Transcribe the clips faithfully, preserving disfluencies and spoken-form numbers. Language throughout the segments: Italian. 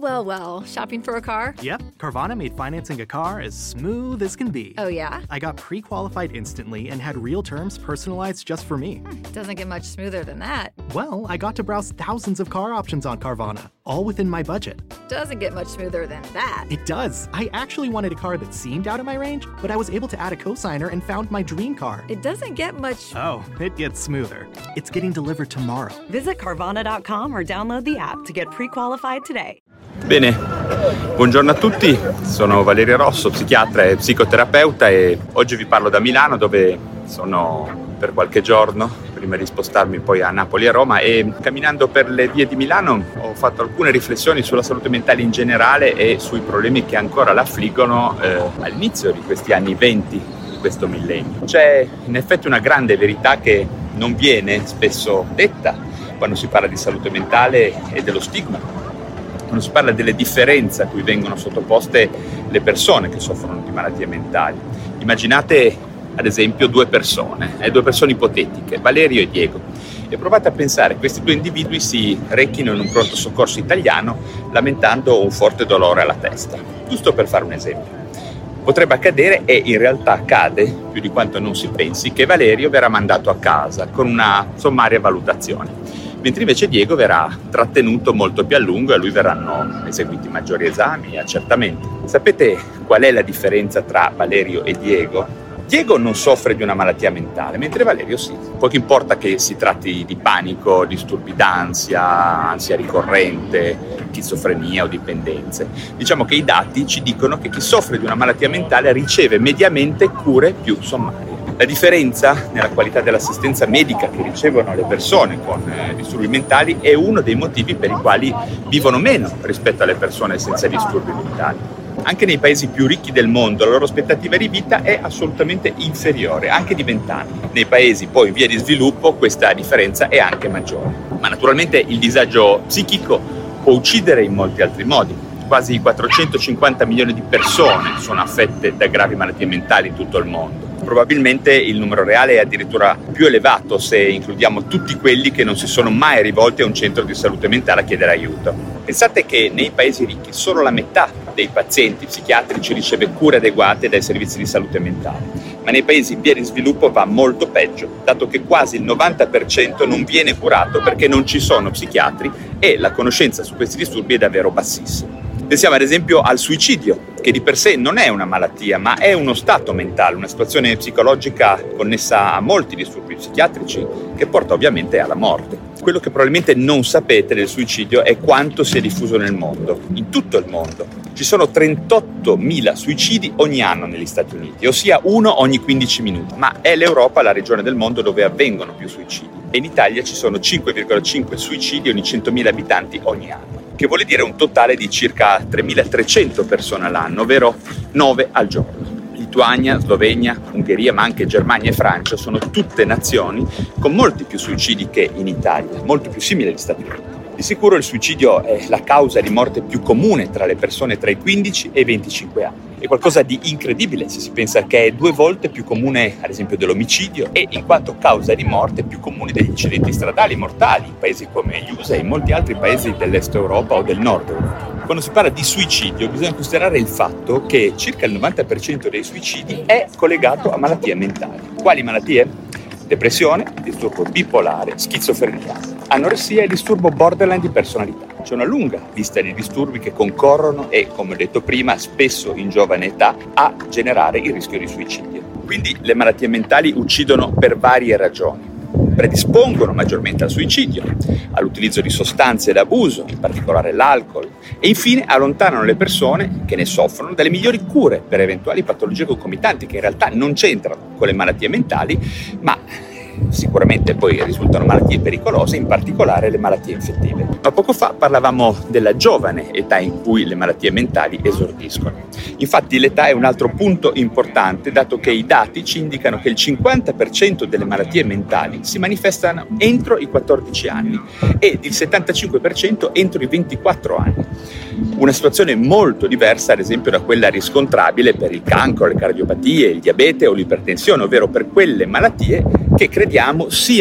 well, well. Shopping for a car? Yep, Carvana made financing a car as smooth as can be. Oh, yeah? I got pre-qualified instantly and had real terms personalized just for me. Hmm, doesn't get much smoother than that. Well, I got to browse thousands of car options on Carvana, all within my budget. Doesn't get much smoother than that. It does. I actually wanted a car that seemed out of my range, but I was able to add a cosigner and found my dream car. It doesn't get much... Oh, it gets smoother. It's getting delivered tomorrow. Visit Carvana dot com or download the app to get pre-qualified today. Bene, buongiorno a tutti, sono Valerio Rosso, psichiatra e psicoterapeuta e oggi vi parlo da Milano dove sono per qualche giorno, prima di spostarmi poi a Napoli e a Roma, e camminando per le vie di Milano ho fatto alcune riflessioni sulla salute mentale in generale e sui problemi che ancora la affliggono eh, all'inizio di questi anni venti di questo millennio. C'è in effetti una grande verità che non viene spesso detta quando si parla di salute mentale e dello stigma. Quando si parla delle differenze a cui vengono sottoposte le persone che soffrono di malattie mentali. Immaginate ad esempio due persone, eh, due persone ipotetiche, Valerio e Diego, e provate a pensare che questi due individui si rechino in un pronto soccorso italiano lamentando un forte dolore alla testa. Giusto per fare un esempio. Potrebbe accadere, e in realtà accade, più di quanto non si pensi, che Valerio verrà mandato a casa con una sommaria valutazione, mentre invece Diego verrà trattenuto molto più a lungo e a lui verranno eseguiti maggiori esami e accertamenti. Sapete qual è la differenza tra Valerio e Diego? Diego non soffre di una malattia mentale, mentre Valerio sì. Poco importa che si tratti di panico, disturbi d'ansia, ansia ricorrente, schizofrenia o dipendenze. Diciamo che i dati ci dicono che chi soffre di una malattia mentale riceve mediamente cure più sommarie. La differenza nella qualità dell'assistenza medica che ricevono le persone con eh, disturbi mentali è uno dei motivi per i quali vivono meno rispetto alle persone senza disturbi mentali. Anche nei paesi più ricchi del mondo la loro aspettativa di vita è assolutamente inferiore, anche di vent'anni. Nei paesi poi in via di sviluppo questa differenza è anche maggiore. Ma naturalmente il disagio psichico può uccidere in molti altri modi. Quasi quattrocentocinquanta milioni di persone sono affette da gravi malattie mentali in tutto il mondo. Probabilmente il numero reale è addirittura più elevato se includiamo tutti quelli che non si sono mai rivolti a un centro di salute mentale a chiedere aiuto. Pensate che nei paesi ricchi solo la metà dei pazienti psichiatrici riceve cure adeguate dai servizi di salute mentale, ma nei paesi in via di sviluppo va molto peggio, dato che quasi il novanta per cento non viene curato perché non ci sono psichiatri e la conoscenza su questi disturbi è davvero bassissima. Pensiamo ad esempio al suicidio, che di per sé non è una malattia, ma è uno stato mentale, una situazione psicologica connessa a molti disturbi psichiatrici che porta ovviamente alla morte. Quello che probabilmente non sapete del suicidio è quanto sia diffuso nel mondo, in tutto il mondo. Ci sono trentottomila suicidi ogni anno negli Stati Uniti, ossia uno ogni quindici minuti, ma è l'Europa la regione del mondo dove avvengono più suicidi. E in Italia ci sono cinque virgola cinque suicidi ogni centomila abitanti ogni anno, che vuol dire un totale di circa tremilatrecento persone all'anno, ovvero nove al giorno. Lituania, Slovenia, Ungheria, ma anche Germania e Francia sono tutte nazioni con molti più suicidi che in Italia, molto più simili agli Stati Uniti. Di sicuro il suicidio è la causa di morte più comune tra le persone tra i quindici e i venticinque anni. È qualcosa di incredibile se si pensa che è due volte più comune, ad esempio, dell'omicidio e in quanto causa di morte più comune degli incidenti stradali mortali in paesi come gli U S A e in molti altri paesi dell'Est Europa o del Nord Europa. Quando si parla di suicidio bisogna considerare il fatto che circa il novanta per cento dei suicidi è collegato a malattie mentali. Quali malattie? Depressione, disturbo bipolare, schizofrenia, anoressia e disturbo borderline di personalità. C'è una lunga lista di disturbi che concorrono e, come ho detto prima, spesso in giovane età a generare il rischio di suicidio. Quindi le malattie mentali uccidono per varie ragioni. Predispongono maggiormente al suicidio, all'utilizzo di sostanze d'abuso, in particolare l'alcol, e infine allontanano le persone che ne soffrono dalle migliori cure per eventuali patologie concomitanti che in realtà non c'entrano con le malattie mentali, ma sicuramente poi risultano malattie pericolose, in particolare le malattie infettive. Ma poco fa parlavamo della giovane età in cui le malattie mentali esordiscono. Infatti l'età è un altro punto importante, dato che i dati ci indicano che il cinquanta per cento delle malattie mentali si manifestano entro i quattordici anni ed il settantacinque per cento entro i ventiquattro anni. Una situazione molto diversa, ad esempio, da quella riscontrabile per il cancro, le cardiopatie, il diabete o l'ipertensione, ovvero per quelle malattie che crediamo siano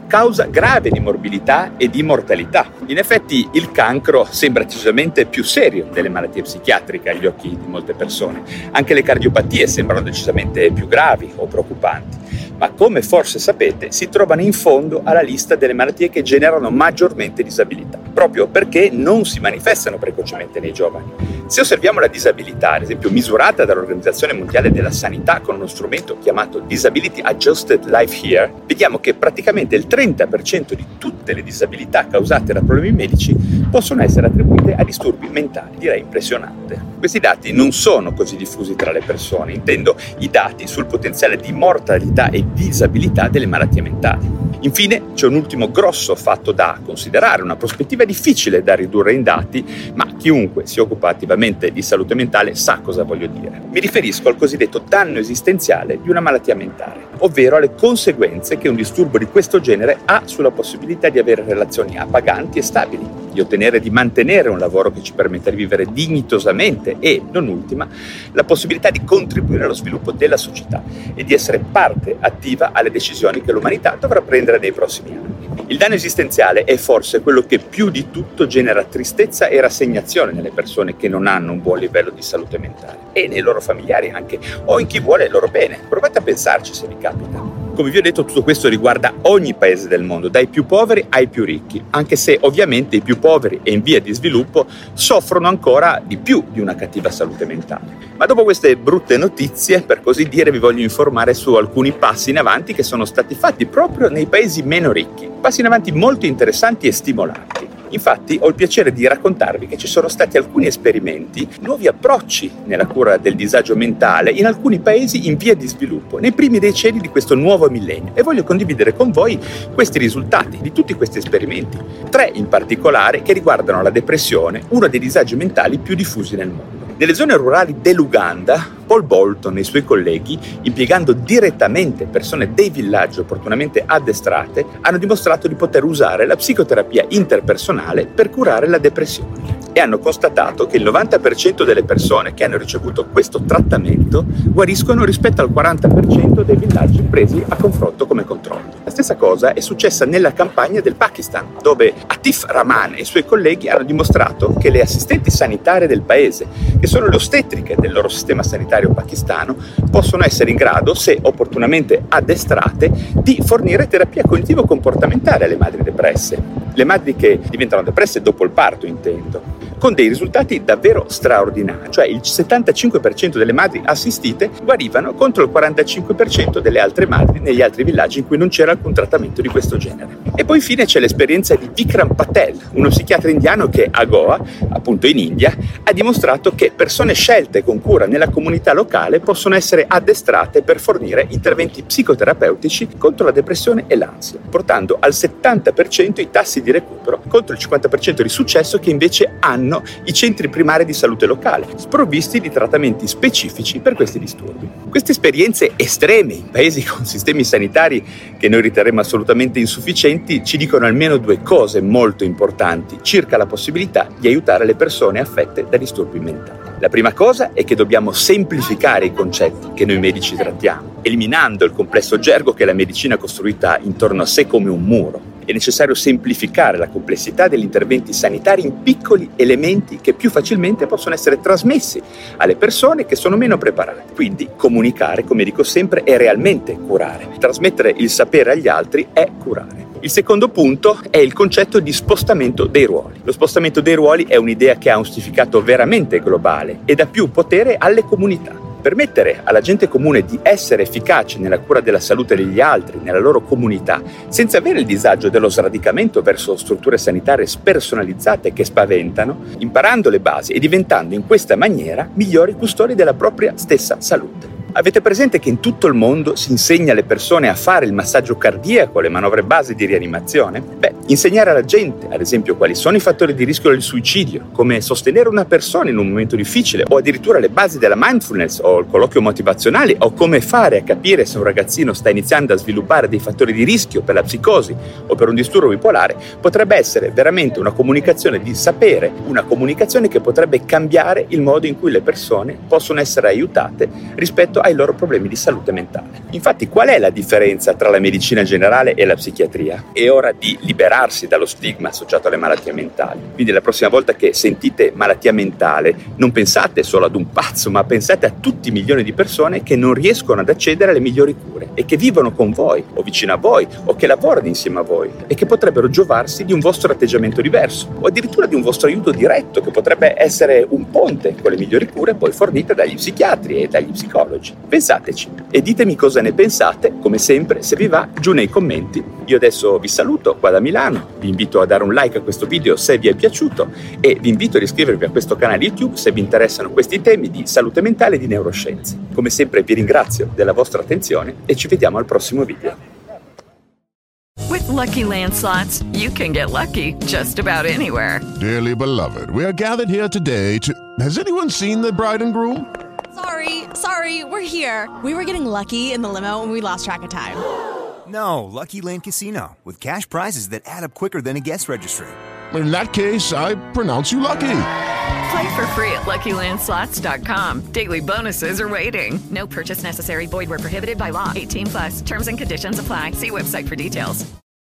causa grave di morbilità e di mortalità. In effetti il cancro sembra decisamente più serio delle malattie psichiatriche agli occhi di molte persone. Anche le cardiopatie sembrano decisamente più gravi o preoccupanti. Ma come forse sapete, si trovano in fondo alla lista delle malattie che generano maggiormente disabilità, proprio perché non si manifestano precocemente nei giovani. Se osserviamo la disabilità, ad esempio misurata dall'Organizzazione Mondiale della Sanità con uno strumento chiamato Disability Adjusted Life Year, vediamo che praticamente il trenta per cento di tutte le disabilità causate da problemi medici possono essere attribuite a disturbi mentali. Direi impressionante. Questi dati non sono così diffusi tra le persone, intendo i dati sul potenziale di mortalità e disabilità delle malattie mentali. Infine c'è un ultimo grosso fatto da considerare, una prospettiva difficile da ridurre in dati, ma chiunque si occupa attivamente di salute mentale sa cosa voglio dire. Mi riferisco al cosiddetto danno esistenziale di una malattia mentale, ovvero alle conseguenze che un disturbo di questo genere ha sulla possibilità di avere relazioni appaganti e stabili, di ottenere e di mantenere un lavoro che ci permetta di vivere dignitosamente e, non ultima, la possibilità di contribuire allo sviluppo della società e di essere parte attiva alle decisioni che l'umanità dovrà prendere nei prossimi anni. Il danno esistenziale è forse quello che più di tutto genera tristezza e rassegnazione nelle persone che non hanno un buon livello di salute mentale e nei loro familiari anche, o in chi vuole il loro bene. Provate a pensarci se vi capita. Come vi ho detto, tutto questo riguarda ogni paese del mondo, dai più poveri ai più ricchi, anche se ovviamente i più poveri e in via di sviluppo soffrono ancora di più di una cattiva salute mentale. Ma dopo queste brutte notizie, per così dire, vi voglio informare su alcuni passi in avanti che sono stati fatti proprio nei paesi meno ricchi, passi in avanti molto interessanti e stimolanti. Infatti ho il piacere di raccontarvi che ci sono stati alcuni esperimenti, nuovi approcci nella cura del disagio mentale in alcuni paesi in via di sviluppo, nei primi decenni di questo nuovo millennio, e voglio condividere con voi questi risultati di tutti questi esperimenti, tre in particolare che riguardano la depressione, uno dei disagi mentali più diffusi nel mondo. Nelle zone rurali dell'Uganda, Paul Bolton e i suoi colleghi, impiegando direttamente persone dei villaggi opportunamente addestrate, hanno dimostrato di poter usare la psicoterapia interpersonale per curare la depressione. E hanno constatato che il novanta per cento delle persone che hanno ricevuto questo trattamento guariscono rispetto al quaranta per cento dei villaggi presi a confronto come controllo. La stessa cosa è successa nella campagna del Pakistan, dove Atif Rahman e i suoi colleghi hanno dimostrato che le assistenti sanitarie del paese, che sono le ostetriche del loro sistema sanitario pakistano, possono essere in grado, se opportunamente addestrate, di fornire terapia cognitivo-comportamentale alle madri depresse. Le madri che diventano depresse dopo il parto, intendo, con dei risultati davvero straordinari, cioè il settantacinque per cento delle madri assistite guarivano contro il quarantacinque per cento delle altre madri negli altri villaggi in cui non c'era alcun trattamento di questo genere. E poi infine c'è l'esperienza di Vikram Patel, uno psichiatra indiano che a Goa, appunto in India, ha dimostrato che persone scelte con cura nella comunità locale possono essere addestrate per fornire interventi psicoterapeutici contro la depressione e l'ansia, portando al settanta per cento i tassi di recupero contro il cinquanta per cento di successo che invece hanno i centri primari di salute locale, sprovvisti di trattamenti specifici per questi disturbi. Queste esperienze estreme in paesi con sistemi sanitari che noi riterremo assolutamente insufficienti ci dicono almeno due cose molto importanti circa la possibilità di aiutare le persone affette da disturbi mentali. La prima cosa è che dobbiamo semplificare i concetti che noi medici trattiamo, eliminando il complesso gergo che la medicina ha costruita intorno a sé come un muro. È necessario semplificare la complessità degli interventi sanitari in piccoli elementi che più facilmente possono essere trasmessi alle persone che sono meno preparate. Quindi comunicare, come dico sempre, è realmente curare. Trasmettere il sapere agli altri è curare. Il secondo punto è il concetto di spostamento dei ruoli. Lo spostamento dei ruoli è un'idea che ha un significato veramente globale e dà più potere alle comunità. Permettere alla gente comune di essere efficace nella cura della salute degli altri, nella loro comunità, senza avere il disagio dello sradicamento verso strutture sanitarie spersonalizzate che spaventano, imparando le basi e diventando in questa maniera migliori custodi della propria stessa salute. Avete presente che in tutto il mondo si insegna alle persone a fare il massaggio cardiaco, le manovre base di rianimazione? Beh, Insegnare alla gente, ad esempio, quali sono i fattori di rischio del suicidio, come sostenere una persona in un momento difficile, o addirittura le basi della mindfulness o il colloquio motivazionale, o come fare a capire se un ragazzino sta iniziando a sviluppare dei fattori di rischio per la psicosi o per un disturbo bipolare, potrebbe essere veramente una comunicazione di sapere, una comunicazione che potrebbe cambiare il modo in cui le persone possono essere aiutate rispetto ai loro problemi di salute mentale. Infatti, qual è la differenza tra la medicina generale e la psichiatria? È ora di liberarsi dallo stigma associato alle malattie mentali. Quindi la prossima volta che sentite malattia mentale, non pensate solo ad un pazzo, ma pensate a tutti i milioni di persone che non riescono ad accedere alle migliori cure e che vivono con voi o vicino a voi o che lavorano insieme a voi e che potrebbero giovarsi di un vostro atteggiamento diverso o addirittura di un vostro aiuto diretto che potrebbe essere un ponte con le migliori cure poi fornite dagli psichiatri e dagli psicologi. Pensateci e ditemi cosa ne pensate, come sempre, se vi va, giù nei commenti. Io adesso vi saluto qua da Milano. Vi invito a dare un like a questo video se vi è piaciuto e vi invito ad iscrivervi a questo canale YouTube se vi interessano questi temi di salute mentale e di neuroscienze. Come sempre vi ringrazio della vostra attenzione e ci vediamo al prossimo video. With Lucky Land Slots, you can get lucky just about anywhere. Dearly beloved, we are gathered here today to... Has anyone seen the bride and groom? Sorry, sorry, we're here. We were getting lucky in the limo and we lost track of time. No, Lucky Land Casino, with cash prizes that add up quicker than a guest registry. In that case, I pronounce you lucky. Play for free at Lucky Land Slots dot com. Daily bonuses are waiting. No purchase necessary. Void where prohibited by law. eighteen plus. Terms and conditions apply. See website for details.